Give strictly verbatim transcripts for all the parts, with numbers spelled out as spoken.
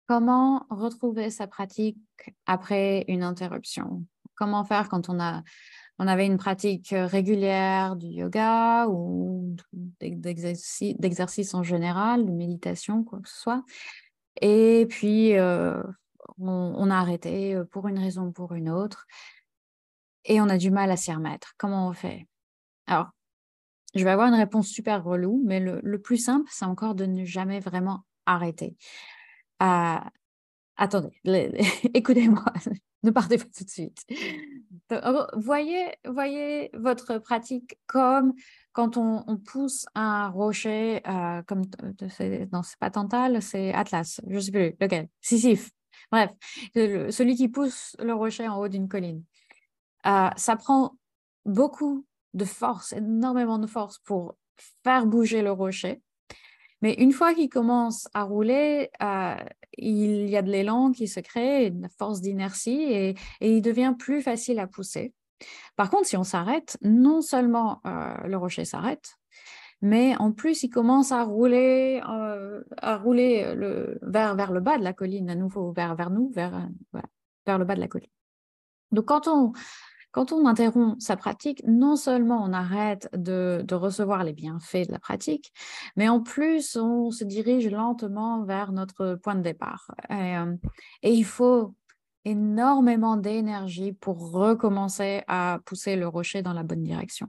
Comment retrouver sa pratique après une interruption? Comment faire quand on a on avait une pratique, heu, régulière du yoga ou d'e d'exerci d'exercice en général, de méditation, quoi que ce soit et puis, heu, on on a arrêté, heu, pour une raison ou pour une autre et on a du mal à s'y remettre. Comment on fait? Alors, je vais avoir une réponse super relou, mais le le plus simple, c'est encore de ne jamais vraiment arrêter. Ah, attendez, le écoutez-moi, ne partez pas tout de suite. Heu, en voyez voyez votre pratique comme quand on on pousse un rocher, heu, comme t de c'est non, c'est pas Tantale, c'est Atlas, je sais plus lequel, Sisyphe. Bref, le le celui qui pousse le rocher en haut d'une colline. Heu, ça prend beaucoup de force, énormément de force pour faire bouger le rocher. Mais une fois qu'il commence à rouler, heu, il y a de l'élan qui se crée et de la force d'inertie et et il devient plus facile à pousser. Par contre, si on s'arrête, non seulement, heu, le rocher s'arrête, mais en plus il commence à rouler, heu, à rouler, heu, le vers vers le bas de la colline à nouveau, vers vers nous, vers, heu, voilà, vers le bas de la colline. Donc quand on quand on interrompt sa pratique, non seulement on arrête de de recevoir les bienfaits de la pratique, mais en plus on se dirige lentement vers notre point de départ et hem et il faut énormément d'énergie pour recommencer à pousser le rocher dans la bonne direction.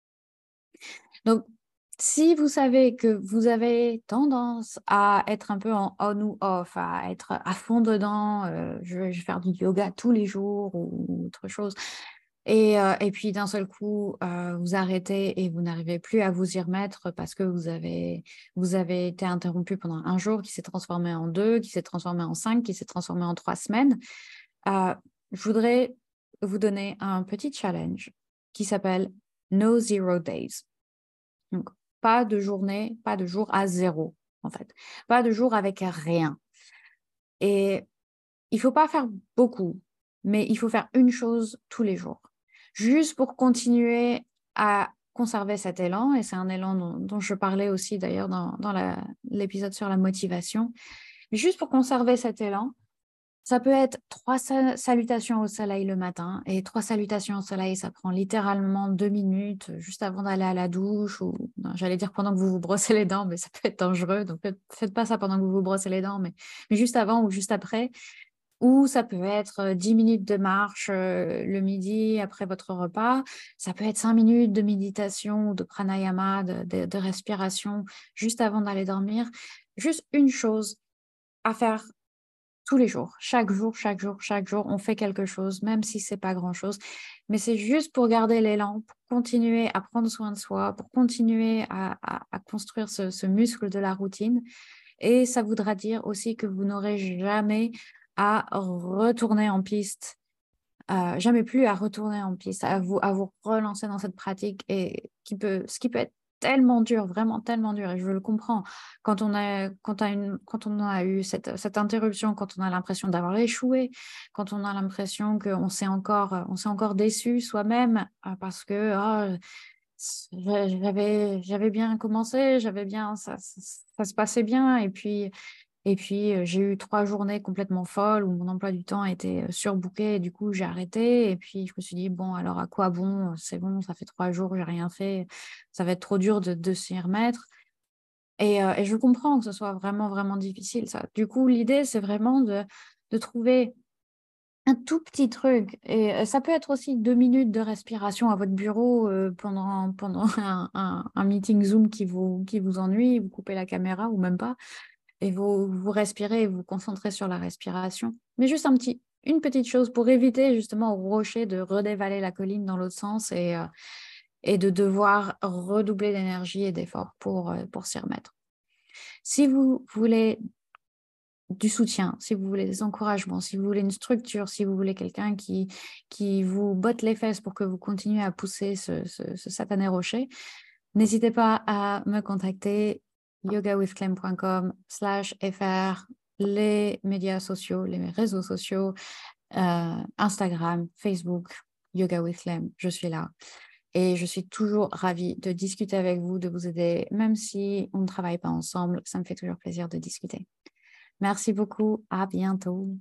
Donc si vous savez que vous avez tendance à être un peu en on ou off, à être à fond dedans, heu, je vais je vais faire du yoga tous les jours ou autre chose et heu et puis d'un seul coup, heu, vous arrêtez et vous n'arrivez plus à vous y remettre parce que vous avez vous avez été interrompu pendant un jour qui s'est transformé en deux, qui s'est transformé en cinq, qui s'est transformé en trois semaines. Heu, je voudrais vous donner un petit challenge qui s'appelle No Zero Days. Donc pas de journée, pas de jour à zéro en fait. Pas de jour avec rien et il faut pas faire beaucoup, mais il faut faire une chose tous les jours. Juste pour continuer à conserver cet élan et c'est un élan dont dont je parlais aussi d'ailleurs dans dans la l'épisode sur la motivation. Juste pour conserver cet élan, ça peut être trois sa salutations au soleil le matin et trois salutations au soleil, ça prend littéralement deux minutes, heu, juste avant d'aller à la douche ou non, j'allais dire pendant que vous vous brossez les dents, mais ça peut être dangereux, donc faites faites pas ça pendant que vous vous brossez les dents, mais mais juste avant ou juste après. Ou ça peut être, heu, dix minutes de marche, heu, le midi après votre repas. Ça peut être cinq minutes de méditation ou de pranayama, de de de respiration juste avant d'aller dormir. Juste une chose à faire tous les jours, chaque jour, chaque jour, chaque jour, on fait quelque chose, même si c'est pas grand-chose. Mais c'est juste pour garder l'élan, pour continuer à prendre soin de soi, pour continuer à à à construire ce ce muscle de la routine et ça voudra dire aussi que vous n'aurez jamais à retourner en piste, heu, jamais plus à retourner en piste, à vous à vous relancer dans cette pratique et qui peut ce qui peut être tellement dur, vraiment tellement dur et je le comprends. Quand on a quand tu une quand on a eu cette, cette interruption, quand on a l'impression d'avoir échoué, quand on a l'impression qu'on s'est encore, heu, on s'est encore déçu soi-même, heu, parce que, ah, s j'a j'avais j'avais bien commencé, j'avais bien ça ça ça se passait bien et puis et puis, heu, j'ai eu trois journées complètement folles où mon emploi du temps était, heu, surbooké et du coup, j'ai arrêté et puis je me suis dit: «Bon, alors à quoi bon? C'est bon, ça fait trois jours, j'ai rien fait, ça va être trop dur de de s'y remettre» et heu et je comprends que ce soit vraiment, vraiment difficile ça. Du coup, l'idée, c'est vraiment de de trouver un tout petit truc et heu, ça peut être aussi deux minutes de respiration à votre bureau, heu, pendant pendant un un un meeting Zoom qui vous qui vous ennuie, vous coupez la caméra ou même pas. Et vous vous respirez et vous vous concentrez sur la respiration. Mais juste un petit une petite chose pour éviter justement au rocher de redévaler la colline dans l'autre sens et heu et de devoir redoubler d'énergie et d'efforts pour, heu, pour s'y remettre. Si vous voulez du soutien, si vous voulez des encouragements, si vous voulez une structure, si vous voulez quelqu'un qui qui vous botte les fesses pour que vous continuez à pousser ce ce ce satané rocher, n'hésitez pas à me contacter yogawithclem point com slash fr, les médias sociaux, les réseaux sociaux, heu, Instagram, Facebook, Yoga with Clem, je suis là et je suis toujours ravie de discuter avec vous, de vous aider, même si on ne travaille pas ensemble, ça me fait toujours plaisir de discuter. Merci beaucoup. À bientôt.